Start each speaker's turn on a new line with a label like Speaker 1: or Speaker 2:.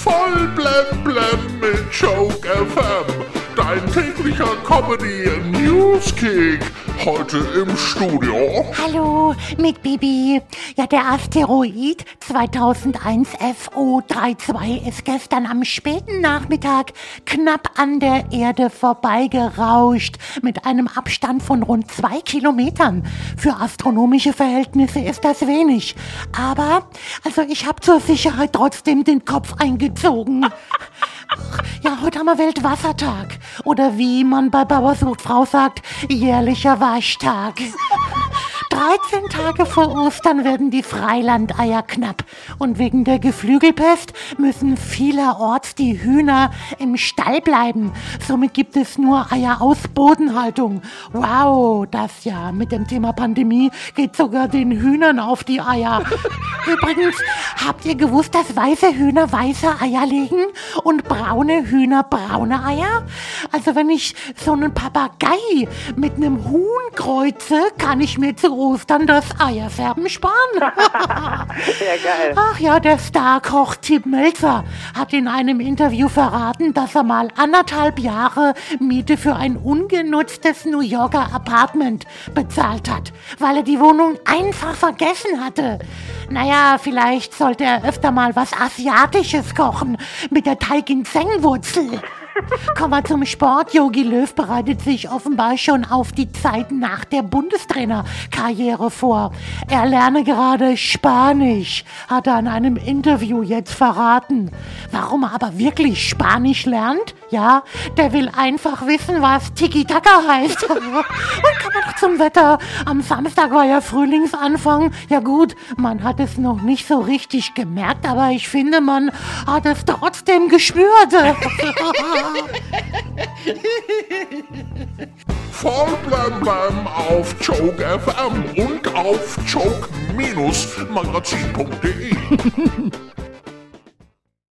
Speaker 1: Voll blem blem mit Joke FM. Dein täglicher Comedy Newskick. Heute im Studio.
Speaker 2: Hallo, mit Bibi. Ja, der Asteroid 2001 FO32 ist gestern am späten Nachmittag knapp an der Erde vorbeigerauscht. Mit einem Abstand von rund 2 Kilometern. Für astronomische Verhältnisse ist das wenig. Aber, also ich habe zur Sicherheit trotzdem den Kopf eingezogen. Ja, heute haben wir Weltwassertag. Oder wie man bei Bauersucht Frau sagt, jährlicher Waschtag. 13 Tage vor Ostern werden die Freilandeier knapp. Und wegen der Geflügelpest müssen vielerorts die Hühner im Stall bleiben. Somit gibt es nur Eier aus Bodenhaltung. Wow, das ja mit dem Thema Pandemie geht sogar den Hühnern auf die Eier. Übrigens, habt ihr gewusst, dass weiße Hühner weiße Eier legen und braune Hühner braune Eier? Also wenn ich so einen Papagei mit einem Huhn kreuze, kann ich mir zu Ostern das Eierfärben sparen.
Speaker 3: Ja, geil.
Speaker 2: Ach ja, der Starkoch Tim Melzer hat in einem Interview verraten, dass er mal 1,5 Jahre Miete für ein ungenutztes New Yorker Apartment bezahlt hat, weil er die Wohnung einfach vergessen hatte. Naja, vielleicht sollte er öfter mal was Asiatisches kochen mit der Taigin-Zeng-Wurzel. Kommen wir zum Sport. Jogi Löw bereitet sich offenbar schon auf die Zeit nach der Bundestrainerkarriere vor. Er lerne gerade Spanisch, hat er in einem Interview jetzt verraten. Warum er aber wirklich Spanisch lernt? Ja, der will einfach wissen, was Tiki-Taka heißt. Und kommen wir noch zum Wetter. Am Samstag war ja Frühlingsanfang. Ja gut, man hat es noch nicht so richtig gemerkt, aber ich finde, man hat es trotzdem gespürt.
Speaker 1: Voll blem blem auf Joke FM und auf joke-magazin.de.